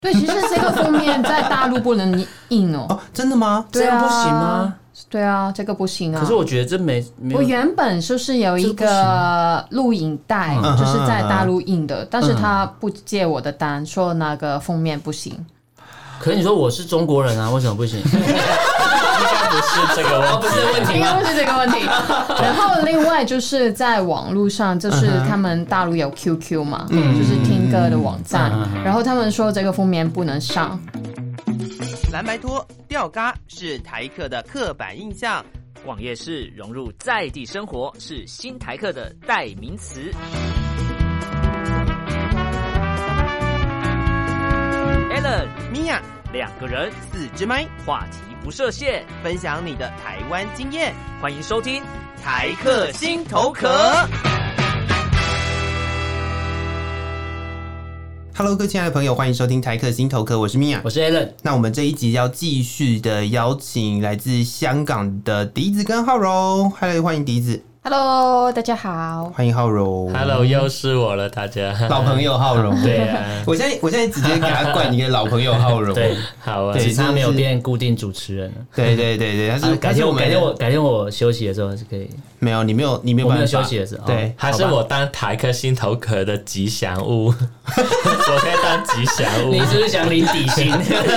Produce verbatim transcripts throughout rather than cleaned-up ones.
对，其实这个封面在大陆不能印哦。 哦，真的吗？ 对啊， 这样不行吗？ 对啊，这个不行啊。 可是我觉得这没没有。 我原本就是有一个录影带， 嗯、 就是在大陆印的，嗯、但是他不接我的单，说那个封面不行。 可是你说我是中国人啊，为什么不行？应该不是这个问题，不是问题， 应该不是这个问题。然后另外就是在网络上，就是他们大陆有 Q Q 嘛，嗯、就是听歌的网站，嗯、然后他们说这个封面不能上。 蓝白拖、吊嘎是台客的刻板印象， 网页式融入在地生活是新台客的代名词。Alan、 米娅， 两个人， 四支麦， 话题不设限， 分享你的台湾经验， 欢迎收听台客心头壳。 Hello， 各位亲爱的朋友，欢迎收听台客心头壳，我是米娅， 我是 Alan。 那我们这一集要继续的邀请来自香港的笛子跟浩柔 ，Hello， 欢迎笛子。 Hello， 大家好， 欢迎浩柔。 Hello， 又是我了，大家。 老朋友浩柔， 对啊， 我现在我现在直接给他冠一个老朋友浩柔。 对， 好啊， 其实他没有变固定主持人了。 对对对对，他是、 啊、改天我改天我改天我休息的时候是可以。 没有，你没有，你没有办法。 我没有休息的时候， 对， 哦、 还是我当台客心头壳的吉祥物，我可以当吉祥物。 你是不是想领底薪？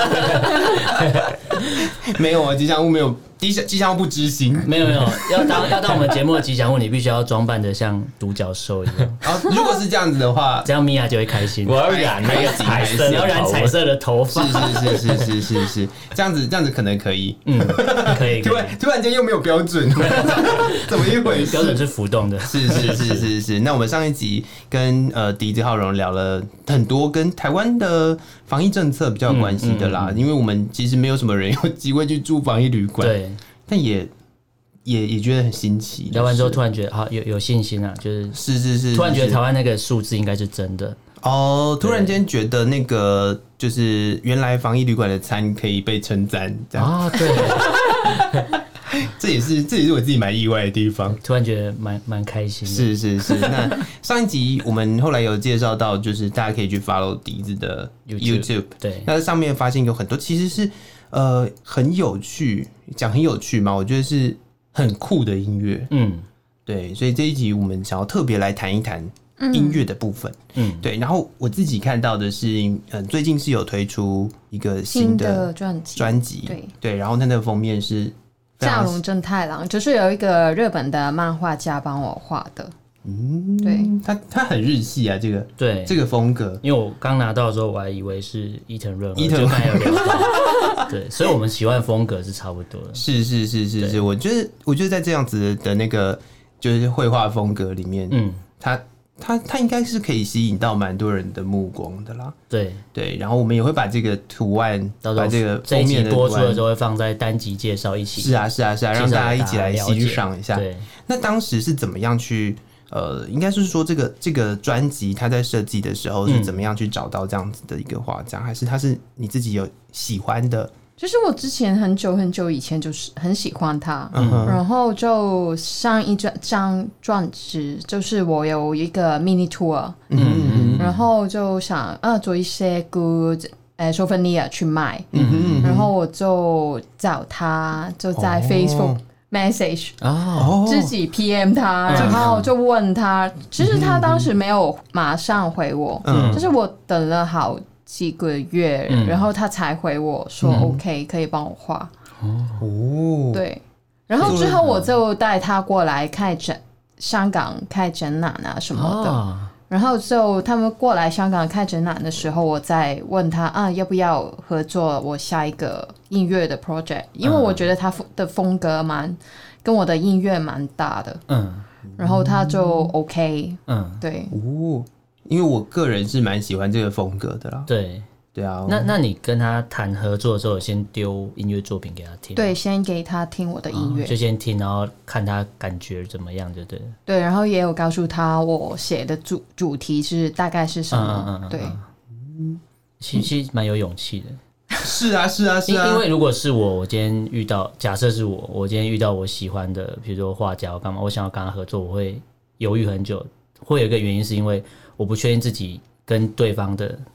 没有啊，吉祥物没有。吉祥物不知心， 没有没有，要当要当我们节目的吉祥物，你必须要装扮的像独角兽一样。 啊，如果是这样子的话， 这样米娅就会开心。 我要染那个彩色， 你要染彩色的头发， 是是是是是是是，这样子这样子可能可以， 嗯，可以。 突然突然间又没有标准，怎么一回事？ 标准是浮动的， 是是是是是。那我们上一集跟呃笛子浩荣聊了很多跟台湾的防疫政策比较有关系的啦，嗯嗯嗯、因为我们其实没有什么人有机会去住防疫旅馆， 对。 但也也也觉得很新奇， 聊完之后突然觉得好有有信心啊，就是是是是， 突然觉得台湾那个数字应该是真的哦，突然间觉得那个就是原来防疫旅馆的餐可以被称赞，这样啊，对， 这也是这也是我自己蛮意外的地方， 突然觉得蛮蛮开心的。 是是是，那上一集我们后来有介绍到，就是大家可以去 follow 笛子的 YouTube，, YouTube 对， 那上面发现有很多其实是。呃，很有趣，讲很有趣嘛，我觉得是很酷的音乐，嗯，对，所以这一集我们想要特别来谈一谈音乐的部分，嗯，对，然后我自己看到的是，呃，最近是有推出一个新的专辑， 专辑，对对，然后它的封面是架龙正太郎，就是有一个日本的漫画家帮我画的。 嗯， 对， 他他很日系啊，这个对这个风格， 因为我刚拿到的时候，我还以为是伊藤润二， 伊藤润二有聊到，对，所以我们喜欢风格是差不多的。 是是是是是，我觉得我觉得在这样子的那个就是绘画风格里面，嗯，他他他应该是可以吸引到蛮多人的目光的啦。 对对，然后我们也会把这个图案， 到时候把这个这一集播出的时候会放在单集介绍一起。 是啊是啊是啊，让大家一起来欣赏一下。 对， 那当时是怎么样去？呃，应该是说这个这个专辑，它在设计的时候是怎么样去找到这样子的一个画家，嗯、还是他是你自己有喜欢的？ 就是我之前很久很久以前就是很喜欢他，嗯、然后就上一张专辑，就是我有一个 mini tour， 嗯，然后就想啊做一些 good 呃 souvenir 去卖，嗯，然后我就找他，就在 Facebook。message 哦， 自己 P M 他，然后就问他，其实他当时没有马上回我，嗯，就是我等了好几个月，嗯、然后他才回我说、嗯、OK 可以帮我画，哦，对，然后之后我就带他过来开展香港开展览啊什么的。哦，然后就他们过来香港开展览的时候，我再问他啊，要不要合作我下一个音乐的 project？ 因为我觉得他的风格蛮跟我的音乐蛮大的，嗯，然后他就 OK， 嗯，对， 哦，因为我个人是蛮喜欢这个风格的啦， 对。 对啊， 那那你跟他谈合作的时候，先丢音乐作品给他听？ 对，先给他听我的音乐、 哦，就先听，然后看他感觉怎么样，就对了。 对，然后也有告诉他我写的主主题是大概是什么，嗯嗯嗯对， 嗯，其实蛮有勇气的。 是啊，是啊，是啊， 因为如果是我，我今天遇到，假设是我，我今天遇到我喜欢的，比如说画家，我干嘛，我想要跟他合作，我会犹豫很久。会有一个原因是因为我不确定自己跟对方的。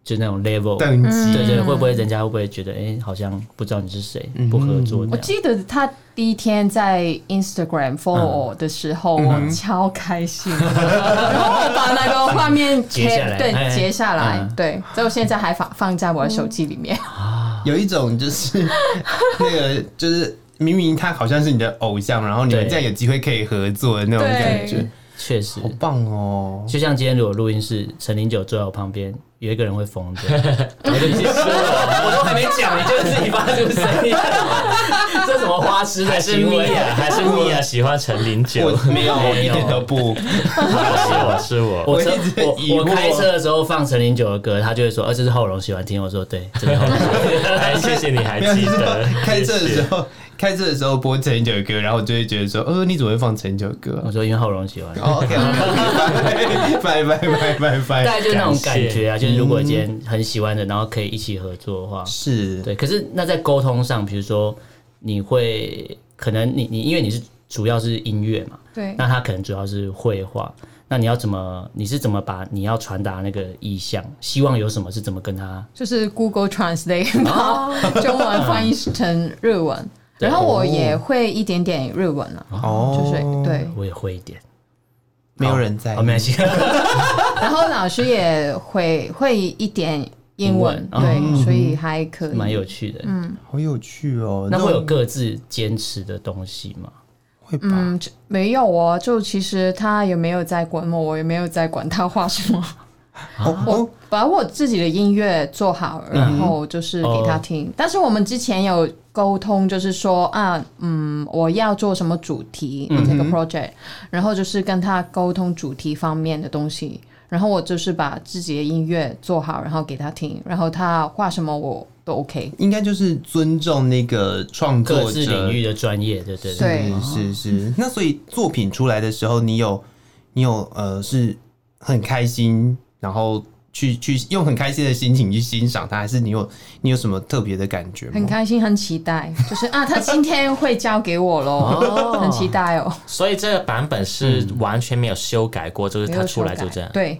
就那种 level 等级， 对对，会不会人家会不会觉得，哎、欸，好像不知道你是谁，不合作这样？ 我记得他第一天在 Instagram follow 我的时候，嗯、我超开心，然后我把那个画面截下来， 对，截下来， 嗯、 对，所以我现在还放放在我的手机里面。 嗯、有一种就是那个就是。明明他好像是你的偶像，然后你们这样有机会可以合作的那种感觉， 确实好棒哦！ 就像今天如果录音室陈零九坐在我旁边，有一个人会疯掉，我就已经说了，我都还没讲，你就自己发出声音，这什么花痴的行为啊？ 还是米娅喜欢陈零九？ 没有，我一点都不。 是我是我， 我我我开车的时候放陈零九的歌，他就会说：“呃，这是后荣喜欢听。”我说：“对，这是后荣。” 谢谢你还记得。 开车的时候。开车的时候播陈零九的歌，然后我就会觉得说，呃，你怎么会放陈零九的歌、啊？ 我说因为后荣喜欢。 哦 ，OK， 拜拜拜拜拜。 大概就是那种感觉啊，就是如果今天很喜欢的，然后可以一起合作的话， 是对。可是那在沟通上，比如说你会可能你你因为你是主要是音乐嘛， 对， 那他可能主要是绘画，那你要怎么？你是怎么把你要传达那个意象，希望有什么是怎么跟他？ 就是 Google Translate 把中文翻译成日文。然后我也会一点点日文了、啊，哦，就是对， 我也会一点， 没有人在， 好，没关系。 然后老师也会会一点英文，英文对、哦，所以还可以， 蛮有趣的， 嗯， 好有趣哦。 那会有各自坚持的东西吗？ 会吧？ 嗯，没有哦，就其实他也没有在管我，我也没有在管他画什么。 哦、 我把我自己的音乐做好，然后就是给他听。嗯、但是我们之前有沟通，就是说啊，嗯，我要做什么主题、嗯、这个 project， 然后就是跟他沟通主题方面的东西。然后我就是把自己的音乐做好，然后给他听，然后他画什么我都 OK。 应该就是尊重那个创作者各自领域的专业，对对对， 是是是。那所以作品出来的时候，你有你有呃是很开心。然后去去用很开心的心情去欣赏它，还是你有你有什么特别的感觉吗？ 很开心，很期待，就是啊，他今天会交给我咯，很期待哦。 所以这个版本是完全没有修改过，就是它出来就这样。 对。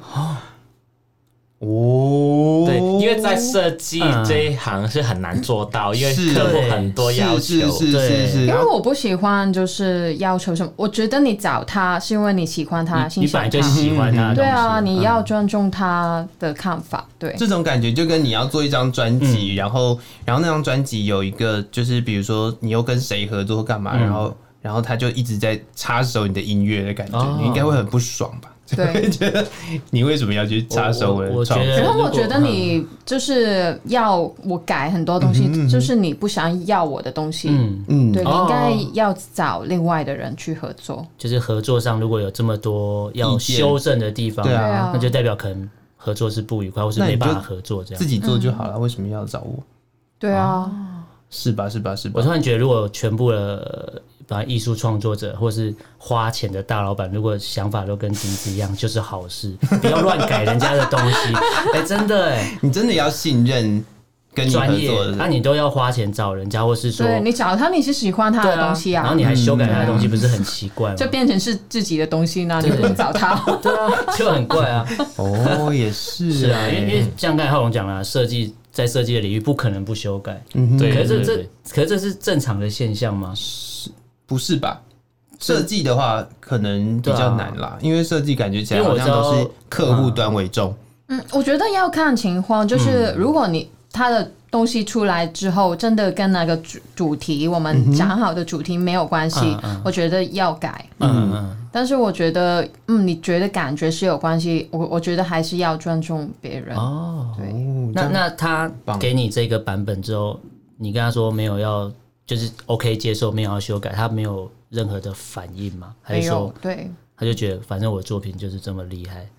哦， 对，因为在设计这一行是很难做到，嗯、因为客户很多要求， 是是是是。 因为我不喜欢就是要求什么，我觉得你找他是因为你喜欢他，欣赏他， 你本来就喜欢他的东西， 对啊，你要尊重他的看法，对。 这种感觉就跟你要做一张专辑，嗯、然后然后那张专辑有一个就是比如说你又跟谁合作干嘛，嗯、然后然后他就一直在插手你的音乐的感觉，哦、你应该会很不爽吧？ 对， 觉得你为什么要去插手我的创作？ 然后我觉得你就是要我改很多东西，嗯、就是你不想要我的东西，嗯嗯，对，你应该要找另外的人去合作。 就是合作上如果有这么多要修正的地方， 对啊， 那就代表可能合作是不愉快，或是没办法合作这样。 自己做就好了，嗯、为什么要找我？ 对啊， 是吧？是吧？是吧？ 我突然觉得，如果全部的把艺术创作者或是花钱的大老板，如果想法都跟笛子一样，就是好事，不要乱改人家的东西。哎、欸，真的哎、欸， 你真的要信任跟你合作的人， 那、啊、你都要花钱找人家，或是说， 对你找他，你是喜欢他的东西啊， 啊然后你还修改他的东西，不是很奇怪吗？ 就变成是自己的东西呢，你不能找他， 对啊，就很怪啊。 哦，也是， 是啊，因为因为像刚才浩龙讲了，设计。在设计的领域不可能不修改， 嗯， 对。可是这这，可是这是正常的现象吗？ 是不是吧？设计的话可能比较难啦，啊、因为设计感觉起来好像都是客户端为重。 嗯，我觉得要看情况，就是如果你他的东西出来之后，真的跟那个主主题我们讲好的主题没有关系，嗯嗯、我觉得要改。嗯嗯。但是我觉得，嗯，你觉得感觉是有关系，我我觉得还是要尊重别人。 哦， 对。 那那他给你这个版本之后，你跟他说没有要，就是 OK 接受，没有要修改，他没有任何的反应吗？还是说， 对， 他就觉得反正我作品就是这么厉害。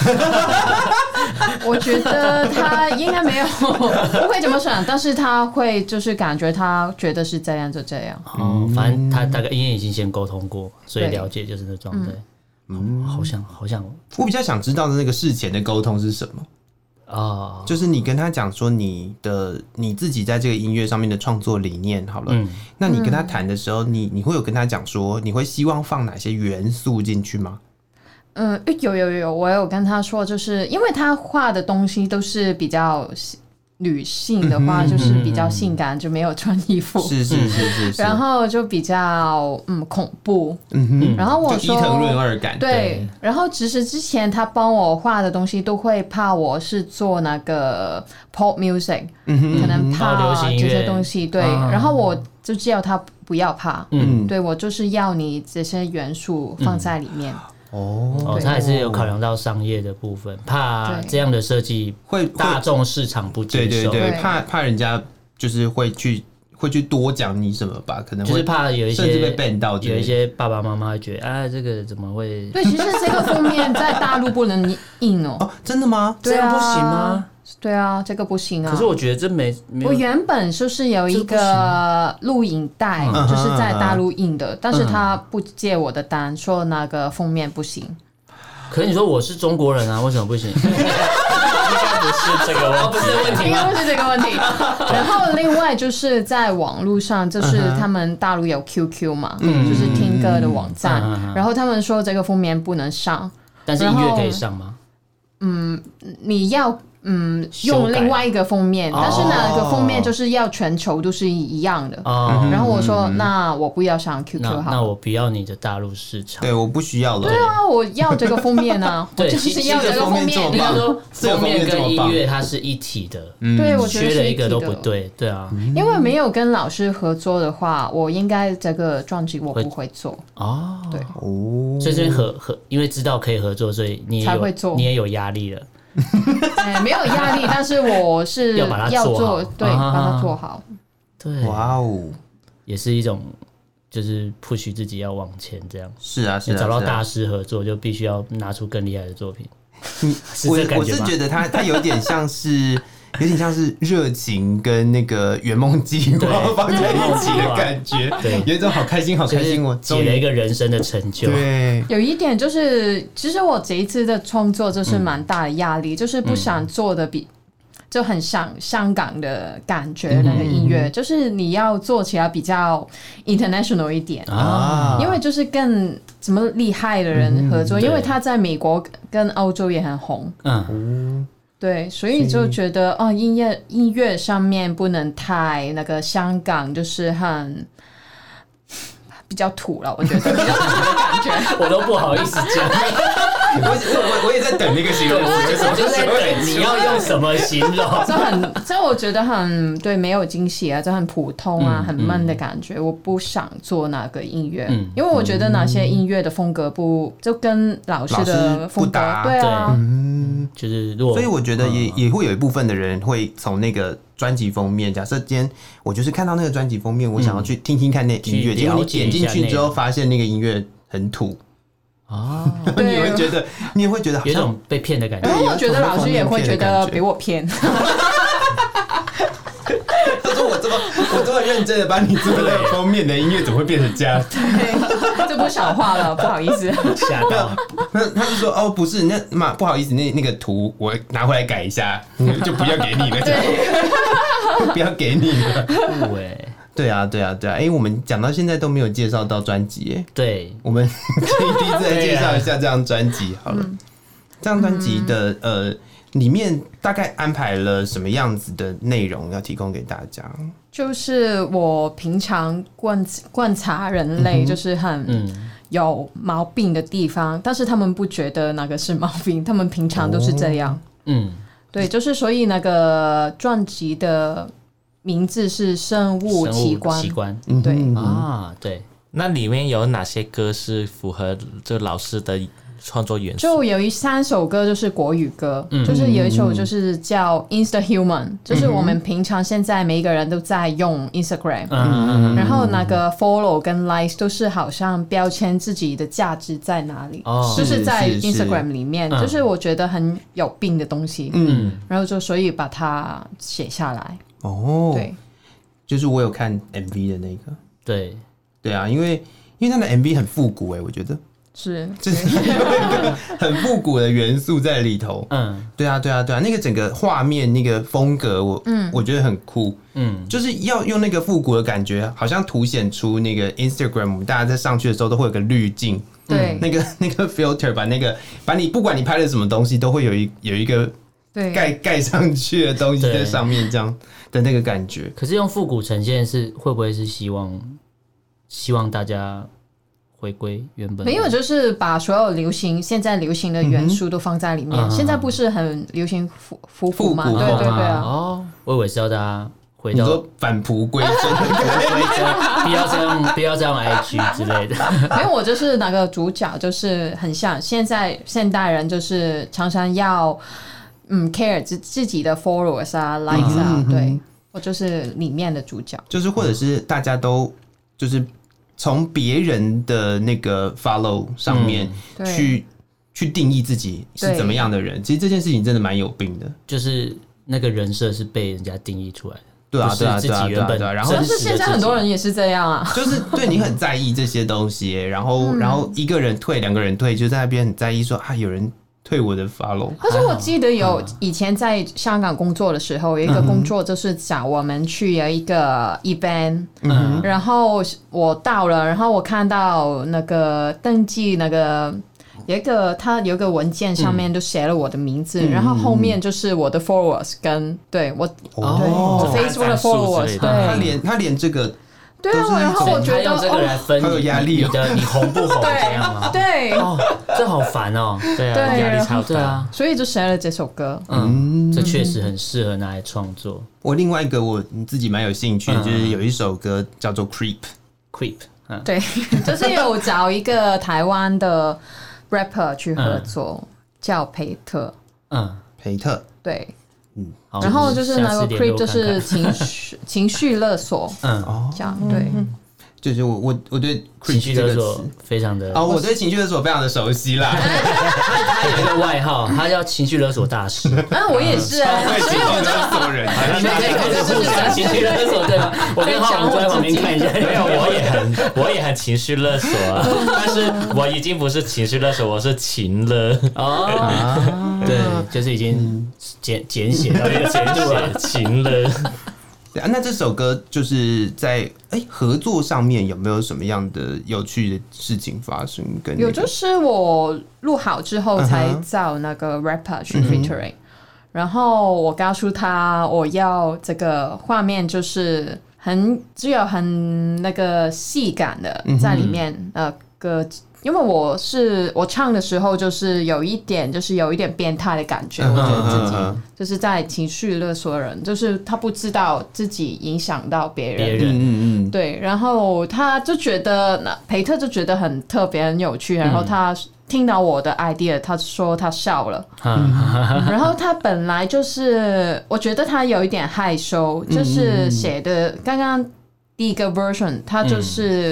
我觉得他应该没有不会这么想，但是他会就是感觉他觉得是这样就这样。 哦，反正他大概因为已经先沟通过，所以了解就是那状态。嗯，好像好像， 我比较想知道的那个事前的沟通是什么啊？哦、就是你跟他讲说你的你自己在这个音乐上面的创作理念好了，嗯、那你跟他谈的时候，你你会有跟他讲说你会希望放哪些元素进去吗？ 嗯，有有有，我有跟他说，就是因为他画的东西都是比较女性的话，就是比较性感，就没有穿衣服， 是是是是是， 然后就比较嗯恐怖，嗯哼，然后我说就伊藤润二感， 对，然后其实之前他帮我画的东西都会怕我是做那个 pop music，嗯哼，可能怕这些东西，对，然后我就叫他不要怕，嗯，对我就是要你这些元素放在里面。 哦，他还是有考量到商业的部分，怕这样的设计会大众市场不接受， 对对对，怕怕人家就是会去会去多讲你什么吧，可能会就是怕有一些甚至被 ban 到， 有一些爸爸妈妈会觉得啊，这个怎么会？ 对，其实这个封面在大陆不能印哦。 哦，真的吗？ 对啊， 这样不行吗？ 对啊，这个不行啊。 可是我觉得这没，没我原本就是有一个录影带，就是在大陆印的，但是他不接我的单，说那个封面不行。 可是你说我是中国人啊，为什么不行？ 应该不是这个问题， 不是问题， 应该不是这个问题。然后另外就是在网络上，就是他们大陆有 Q Q 嘛，嗯、就是听歌的网站，嗯、然后他们说这个封面不能上， 但是音乐可以上吗？ 嗯，你要。嗯，用另外一个封面，但是那个封面就是要全球都是一样的。哦、然后我说，嗯、那我不要上 Q Q 好， 那我不要你的大陆市场。 对，我不需要了。 对啊，我要这个封面啊，我就是要这个封面。 应该说，封面跟音乐它是一体的。 嗯、对，我觉得缺了一个都不对。对啊， 因为没有跟老师合作的话，我应该这个专辑我不会做。 哦， 对， 哦，所以这合合，因为知道可以合作，所以你也有才会做，你也有压力了。 欸、没有压力，但是我是要把它做好， 对，把它做好。 对， 哇哦， 也是一种就是 push 自己要往前，这样是啊，是啊， 找到大师合作就必须要拿出更厉害的作品。 是这感觉吗？我我是觉得他他有点像是有点像是热情跟那个圆梦计划放在一起的感觉，对，有一种好开心好开心，我解了一个人生的成就。 对， 有一点就是，其实我这一次的创作就是蛮大的压力，嗯、就是不想做的比。就很像香港的感觉，那个音乐、嗯、就是你要做起来比较 international 一点啊，因为就是跟什么厉害的人合作，嗯、因为他在美国跟欧洲也很红，嗯，对，所以就觉得哦，音乐音乐上面不能太那个香港，就是很比较土了，我觉得比较土的感觉， 我都不好意思讲。 我我我也在等那个形容词， 我就在等你要用什么形容。 这很，这我觉得很对，没有惊喜啊，这很普通啊，嗯、很闷的感觉。嗯、我不想做那个音乐，嗯、因为我觉得那些音乐的风格不就跟老师的风格对啊， 嗯，就是如果所以我觉得也、嗯、也会有一部分的人会从那个专辑封面，假设今天我就是看到那个专辑封面，我想要去听听看那音乐，结果你点进去之后发现那个音乐很土。哦，你也会觉得，你也会觉得好像有一种被骗的感觉。 然后我觉得老师也会觉得被我骗。 他说我这么我这么认真的帮你做了封面的音乐，怎么会变成这样？ 对，这不小话了，不好意思。 吓到。 那他就说哦，不是，那嘛不好意思，那那个图我拿回来改一下，就不要给你了，就不要给你了。 对。 对啊，对啊，对啊！哎、欸，我们讲到现在都没有介绍到专辑，哎， 对， 我们第一次来介绍一下这张专辑好了。嗯、这张专辑的呃里面大概安排了什么样子的内容要提供给大家？ 就是我平常观观察人类，就是很有毛病的地方，嗯、但是他们不觉得那个是毛病，他们平常都是这样。哦、嗯，对，就是所以那个专辑的。名字是生物奇观， 奇观， 对、 嗯、啊，对。 那里面有哪些歌是符合这老师的创作元素？ 就有一三首歌就是国语歌，嗯、就是有一首就是叫 Instahuman，、嗯、就是我们平常现在每一个人都在用 Instagram，、嗯、然后那个 follow 跟 like 都是好像标签自己的价值在哪里，哦、就是在 Instagram 里面，是是是就是我觉得很有病的东西，嗯，然后就所以把它写下来。 哦， 对， 就是我有看 M V 的那个， 对对啊，因为因为他的 M V 很复古哎、欸，我觉得是， 就是有一个很复古的元素在里头。嗯，对啊，对啊，对啊，那个整个画面那个风格我，我、嗯、我觉得很酷。嗯，就是要用那个复古的感觉，好像凸显出那个 Instagram， 大家在上去的时候都会有个滤镜。 对， 那个那个 filter 把那个把你不管你拍的什么东西，都会有一有一个盖盖上去的东西在上面，这样的那个感觉。 可是用复古呈现是会不会是希望希望大家回归原本？ 没有，就是把所有流行现在流行的元素都放在里面。嗯、现在不是很流行复复古吗？对对对啊！ 哦，我以为是要大家。回到你说返璞归真， 不要这样，不要这样 I G 之类的。 因为我就是那个主角，就是很像现在现代人，就是常常要嗯 care 自自己的 followers 啊 likes 啊，嗯、对我就是里面的主角， 就是或者是大家都就是从别人的那个 follow 上面去、嗯、去定义自己是怎么样的人。其实这件事情真的蛮有病的， 就是那个人设是被人家定义出来的。 对啊，对啊，对啊，对啊，对啊。然后， 但是现在很多人也是这样啊， 就是对你很在意这些东西，然后，嗯、然后一个人退，两个人退，就在那边很在意说啊，有人退我的 follow。 可是我记得有以前在香港工作的时候，有一个工作就是找我们去有一个 event，嗯、然后我到了，然后我看到那个登记那个。有一个，他有一个文件上面就写了我的名字，嗯、然后后面就是我的 followers 跟对我、哦、对 Facebook 的 followers， 对， 他连他连这个。 对啊，然后我觉得他用这个来分你， 有压力你的你红不红这样吗？ 对， 哦，这好烦哦。对啊，压力超大啊， 所以就写了这首歌。 嗯，这确实很适合拿来创作。 我另外一个我自己蛮有兴趣，就是有一首歌叫做 Creep，Creep， 嗯， 对，就是有找一个台湾的 rapper 去合作，嗯、叫培特。 嗯， 培特， 对。 嗯， 然后就是那个 creep 就是情绪情绪勒索， 嗯， 这样对， 就是我我我对 creep 情绪勒索非常的哦，我对情绪勒索非常的熟悉啦。 他有一个外号，他叫情绪勒索大师。 啊，我也是啊， 会情绪勒索人， 你们可以开始互相情绪勒索对吗？我跟浩然坐在旁边看一下， 没有，我也很我也很情绪勒索啊，但是我已经不是情绪勒索，我是情勒哦，对，就是已经简简写到一个程度了， 情勒。 那这首歌就是在哎、欸、合作上面有没有什么样的有趣的事情发生？跟、那個、 有，就是我录好之后才找那个 rapper 去 featuring，、嗯、然后我告诉他我要这个画面就是很只有很那个戏感的在里面，嗯、呃歌。因为我是我唱的时候，就是有一点，就是有一点变态的感觉。我觉得自己就是在情绪勒索人，就是他不知道自己影响到别人。 别人， 嗯嗯， 对。然后他就觉得，那培特就觉得很特别、很有趣。然后他听到我的 idea， 他说他笑了。嗯、然后他本来就是，我觉得他有一点害羞，就是写的刚刚第一个 version， 他就是。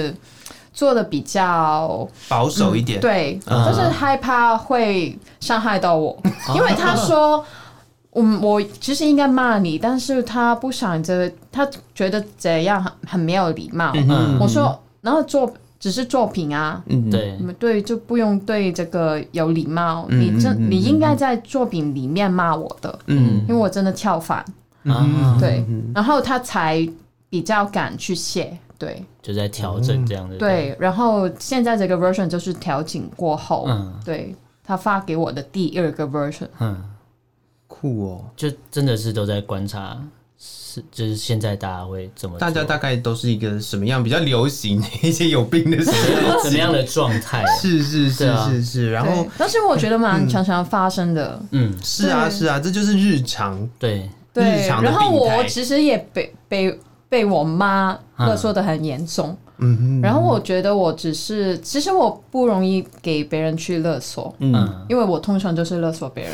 嗯做的比较保守一点， 嗯、对，嗯、就是害怕会伤害到我，因为他说，嗯，我其实应该骂你，但是他不想这，他觉得这样很很没有礼貌。嗯、我说，然后作只是作品啊， 嗯，对， 对，就不用对这个有礼貌，嗯、你真你应该在作品里面骂我的，嗯，因为我真的跳反，嗯，对，然后他才比较敢去写。对， 就在调整这样的、嗯。 对，然后现在这个 version 就是调整过后，嗯，对他发给我的第二个 version， 嗯， 酷哦， 就真的是都在观察，是就是现在大家会怎么做， 大家大概都是一个什么样比较流行的一些有病的事情， 什么样的状态？ 是是是是是，然后， 但是我觉得蛮常常发生的， 嗯， 是啊是啊，这就是日常， 对对， 日常的病态。 然后我其实也被被。被我妈勒索的很严重，嗯，然后我觉得我只是，其实我不容易给别人去勒索，嗯，因为我通常就是勒索别人，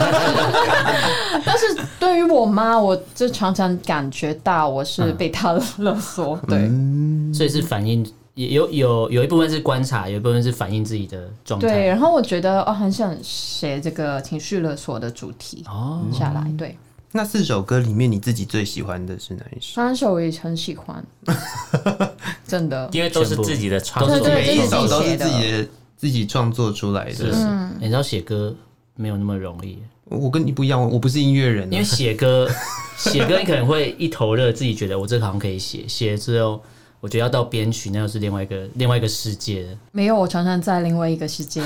但是对于我妈，我就常常感觉到我是被她勒索，嗯、对、 嗯，所以是反映有有有一部分是观察，有一部分是反映自己的状态， 对，然后我觉得哦，很想写这个情绪勒索的主题哦下来，对。 那四首歌里面，你自己最喜欢的是哪一首？ 三首我也很喜欢，真的， 因为都是自己的创作， 每一首都是自己的自己创作出来的。 是是，嗯、你知道写歌没有那么容易。 我跟你不一样，我不是音乐人、啊， 因为写歌，写歌你可能会一头热，自己觉得我这行可以写，写了之后，我觉得要到编曲，那又是另外一个另外一个世界的。 没有，我常常在另外一个世界。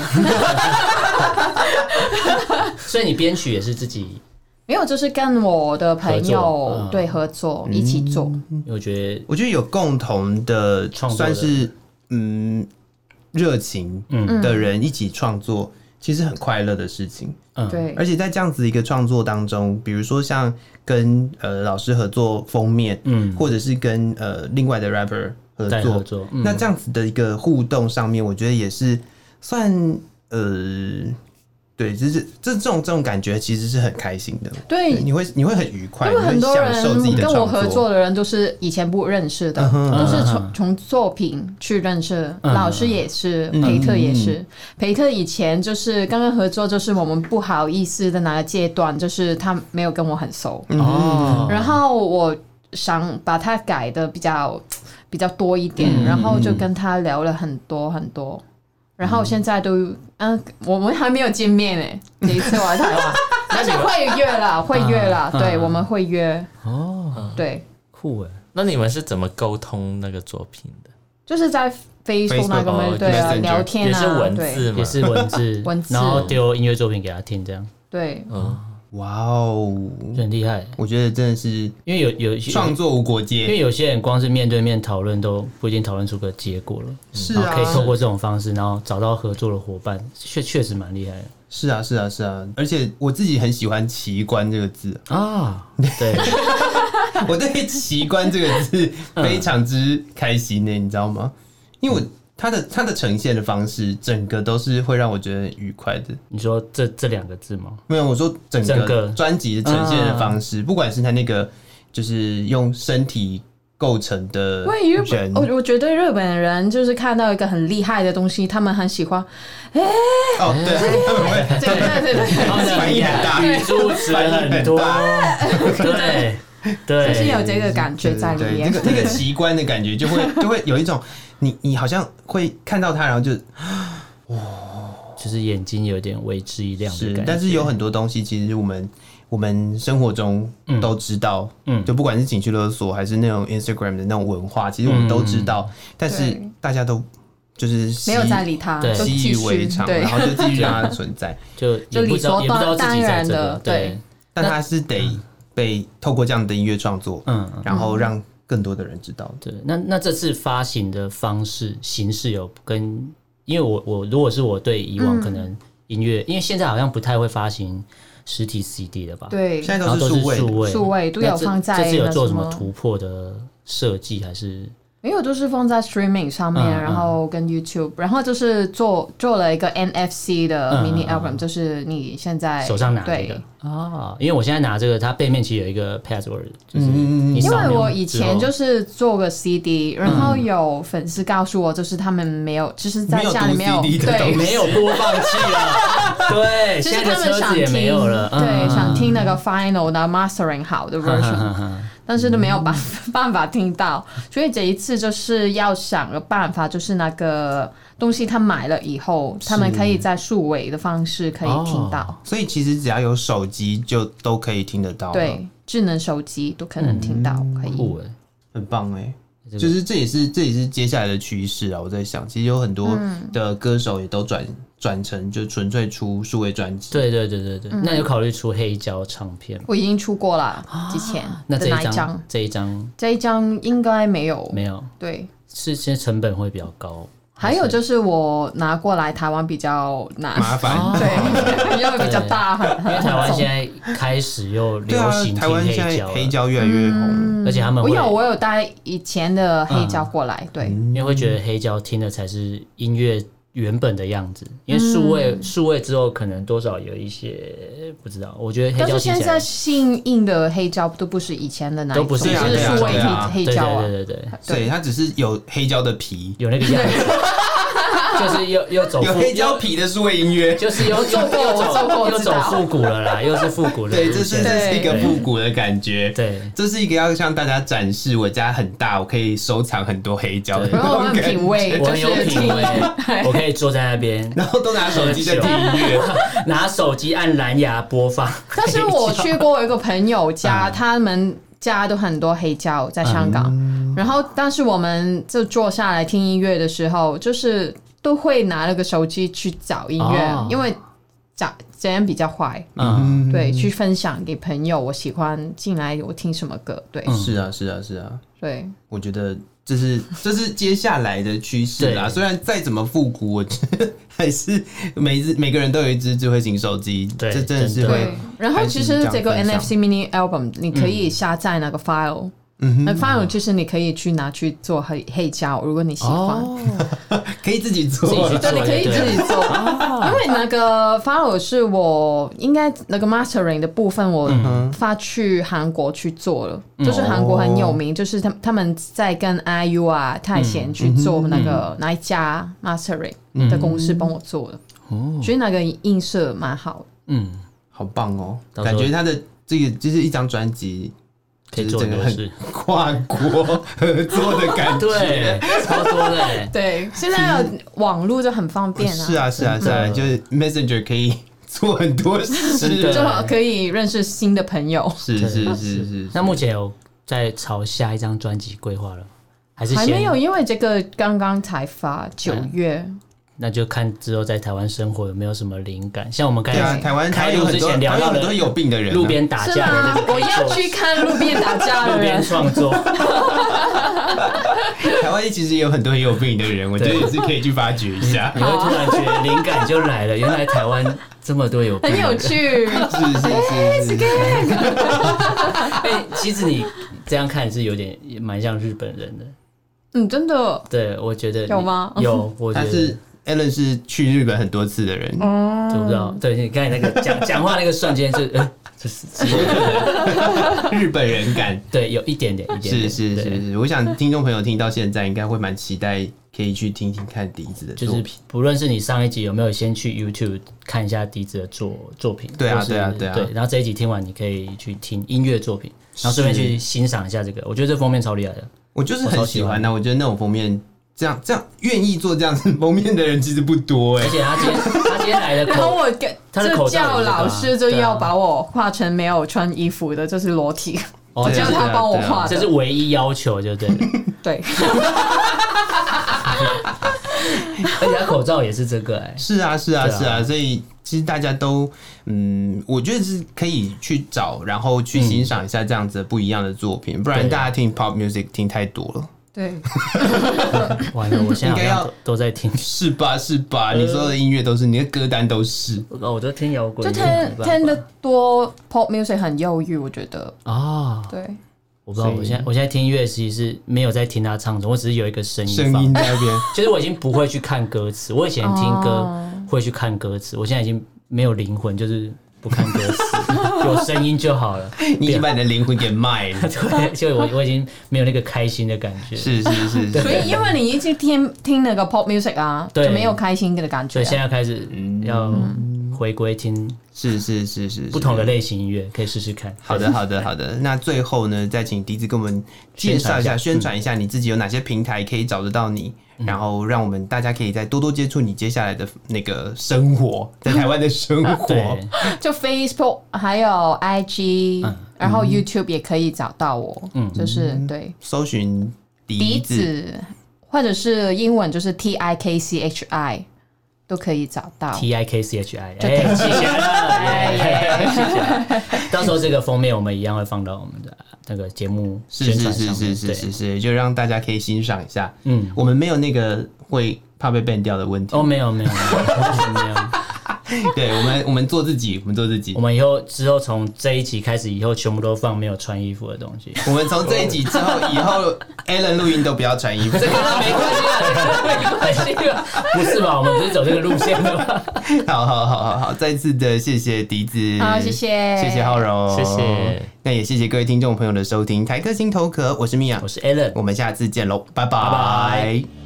所以你编曲也是自己？ 没有，就是跟我的朋友合、嗯、对合作、嗯、一起做。 我觉得， 我觉得有共同的，算是嗯热情的人一起创作。嗯其实很快乐的事情， 嗯，对。 而且在这样子一个创作当中，比如说像跟呃老师合作封面，嗯，或者是跟呃另外的 rapper 合作，合作嗯、那这样子的一个互动上面，我觉得也是算呃。对，就是这这种这种感觉其实是很开心的。 对， 你会你会很愉快， 因为很多人跟我合作的人都是以前不认识的，嗯、都是从从作品去认识。嗯、老师也是，嗯、培特也是。嗯、培特以前就是刚刚合作，就是我们不好意思的哪个阶段，就是他没有跟我很熟。哦、嗯，然后我想把它改的比较比较多一点，嗯、然后就跟他聊了很多很多。然后现在都嗯，我们还没有见面哎，这一次我来台湾，但是会约啦，会约啦，啊、对，啊、我们会约哦，对， 酷哎。 那你们是怎么沟通那个作品的？ 就是在 Facebook 那个对啊聊天啊， 也是文字嘛， 也是文字， 文字， 然后丢音乐作品给他听，这样。 对， 嗯。哇哦， 很厉害！ 我觉得真的是， 因为有有创作无国界， 因为有些人光是面对面讨论都不一定讨论出个结果了。 是啊， 可以透过这种方式，然后找到合作的伙伴，确确实蛮厉害的。 是啊，是啊，是啊，而且我自己很喜欢"奇观"这个字啊，对， 我对"奇观"这个字非常之开心呢，你知道吗？因为我。它的它的呈现的方式，整个都是会让我觉得愉快的。 你说这这两个字吗？ 没有，我说整个专辑的呈现的方式，啊、不管是它那个就是用身体构成的人， 我我觉得日本人就是看到一个很厉害的东西，他们很喜欢。哎、欸， 哦，对， 对对对对， 他们反应很大，语助词很多，对对， 就是有这个感觉在里面。 那个那个奇观的感觉，就会就会有一种。你你好像会看到它，然后就哇， 就是眼睛有点为之一亮的感觉。 是，但是有很多东西，其实我们我们生活中都知道，嗯，就不管是情绪勒索，还是那种 Instagram 的那种文化，其实我们都知道，嗯、但是大家都就是没有在理它， 习以为常，然后就继续让它存在， 就就理所当然的， 对。 但它是得被透过这样的音乐创作，嗯，然后让。更多的人知道。 对，那那这次发行的方式形式有跟，因为我我如果是我对以往可能音乐，嗯、因为现在好像不太会发行实体 C D 了吧？ 对， 现在都是数位， 数位数位都有放在。 这次有做什么突破的设计还是？ 没有，都是放在 streaming 上面，嗯、然后跟 YouTube，然后就是做做了一个 N F C 的 mini album，、嗯、就是你现在手上拿这个啊，因为我现在拿这个，它背面其实有一个 password， 就是你因为我以前就是做个 C D， 然后有粉丝告诉我，就是他们没有，就是在家里没有对没有播放器了，对， 就是他们想听，对，想听那个 final 的 mastering 好的 version。但是都没有办办法听到，所以这一次就是要想个办法，就是那个东西他买了以后，他们可以在数位的方式可以听到。哦、 所以其实只要有手机就都可以听得到。 对，智能手机都可能听到，嗯、可以， 很棒哎。就是这也是这也是接下来的趋势啊！我在想，其实有很多的歌手也都转转成就纯粹出数位专辑。 对对对对对，嗯、那有考虑出黑胶唱片吗？ 我已经出过了，之前那这一张这一张这一张应该没有没有， 对， 是现在成本会比较高。 还有就是我拿过来台湾比较难， 麻烦， 对，因为比较大， 因为台湾现在开始又流行听黑胶， 黑胶越来越红， 嗯、而且他们我有我有带以前的黑胶过来，嗯、对， 因为会觉得黑胶听的才是音乐原本的样子，因为数位数、嗯、位之后可能多少有一些不知道，我觉得黑胶但是现在新印的黑胶都不是以前的那一种， 都不是就是数位黑胶啊， 对对对对对， 对，它只是有黑胶的皮， 有那个样子。 就是又又走有黑胶皮的数位音乐， 就是又又走又走复古了啦，又是复古的。 对，这是这是一个复古的感觉。 对， 这是一个要向大家展示我家很大，我可以收藏很多黑胶的那然后我很种感觉。 品味， 我很有品味，我可以坐在那边， 然后都拿手机在听音乐， 拿手机按蓝牙播放。 但是我去过一个朋友家，他们家都很多黑胶在香港，嗯、然后但是我们就坐下来听音乐的时候，就是都会拿那个手机去找音乐，哦、因为找这样比较快，嗯，对，去分享给朋友，我喜欢进来我听什么歌，对， 嗯、是啊，是啊，是啊， 对， 我觉得。这是这是接下来的趋势啦。虽然再怎么复古，我觉得还是每一每个人都有一只智慧型手机，这真的是会。 然后其实这个 N F C Mini Album 你可以下载那个 file，嗯、那 file 就是你可以去拿去做黑黑胶，如果你喜欢， 哦、可以自己做， 对，你可以自己做。因为那个 file 是我应该那个 mastering 的部分，我发去韩国去做了，嗯、就是韩国很有名，就是他他们在跟 I U 啊泰贤去做那个哪一家 mastering 的公司帮我做的，嗯、所以那个映射蛮好的， 嗯，好棒哦，感觉他的这个就是一张专辑。 可以做很多事， 跨国合作的感觉， 对，超多的。 对，现在网络就很方便啊。 是啊，是啊，是啊，就是 Messenger 可以做很多事， 就可以认识新的朋友。 是是是是是。 那目前有在朝下一张专辑规划了，还是还没有？因为这个刚刚才发，九月。 那就看之后在台湾生活有没有什么灵感，像我们刚才台湾开录之前聊到很多有病的人， 路边打架的那个， 我要去看路边打架的人， 路边创作。 台湾其实也有很多很有病的人，我觉得也是可以去发掘一下。 你会突然觉得灵感就来了，原来台湾这么多有病的人， 很有趣， 是是是是。 哎，其实你这样看是有点蛮像日本人的。 嗯，真的。 对，我觉得有吗？ 有，我觉得。 Alan 是去日本很多次的人， 嗯，知不知道？对，你刚才那个讲讲话那个瞬间，就呃，这是日本人感， 对，有一点点，一点点， 是是是是。我想听众朋友听到现在，应该会蛮期待可以去听听看笛子的作品。 就是不论是你上一集有没有先去 YouTube 看一下笛子的作作品， 对啊对啊对啊， 对。然后这一集听完，你可以去听音乐作品，然后顺便去欣赏一下这个。我觉得这封面超厉害的， 我就是很喜欢的。我觉得那种封面。这样这样愿意做这样子封面的人其实不多哎、欸， 而且他今天他今天来的口， 然后我他的口罩叫老师就要把我画成没有穿衣服的，就是裸体，我叫他帮我画， 这是唯一要求，就对了。 对， 而且他口罩也是这个哎、欸， 是啊是啊是啊，所以其实大家都嗯，我觉得是可以去找，然后去欣赏一下这样子不一样的作品，不然大家听 pop music 听太多了。 对， 完了，我现在好像 都, 都在听， 是吧？是吧？你所有的音乐都是，你的歌单都是。 我都听摇滚， 就听听得多 pop music 很忧郁，我觉得啊， 对。 我不知道，我现在我现在听音乐其实是没有在听他唱的，我只是有一个声音声音在那边， 就是我已经不会去看歌词。我以前听歌会去看歌词，我现在已经没有灵魂，就是不看歌词，有声音就好了。 你已经把你的灵魂给卖了， 对，所以我我已经没有那个开心的感觉。 是是是， 所以因为你一直听听那个 pop music 啊，就没有开心的感觉、啊。 所以现在开始要回归听， 是是是是不同的类型音乐，可以试试看。 好的好的好的，那最后呢，再请笛子跟我们介绍一下、宣传一下你自己有哪些平台可以找得到你。然后让我们大家可以再多多接触你接下来的那个生活，在台湾的生活， 就 Facebook 还有 I G，、嗯、然后 YouTube 也可以找到我，嗯，就是对， 搜寻笛子，笛子或者是英文就是 T I K C H I 都可以找到 T I K C H I， 哎，谢谢了，哎，谢谢。到时候这个封面我们一样会放到我们的那个节目宣传上面， 是是是是是是，就让大家可以欣赏一下。嗯，我们没有那个会怕被 ban 掉的问题。 哦，没有没有没有没有。 对，我们我们做自己，我们做自己。 我们以后之后从这一集开始，以后全部都放没有穿衣服的东西。 我们从这一集之后，以后 Alan 录音都不要穿衣服。 这跟他没关系啊，这跟他没关系啊。不是吧？我们不是走这个路线的吗？ 好好好好好，再次的谢谢笛子， 好，谢谢， 谢谢浩荣， 谢谢。 那也谢谢各位听众朋友的收听，台客心头壳，我是米娅， 我是 Alan， 我们下次见喽，拜拜。 拜拜。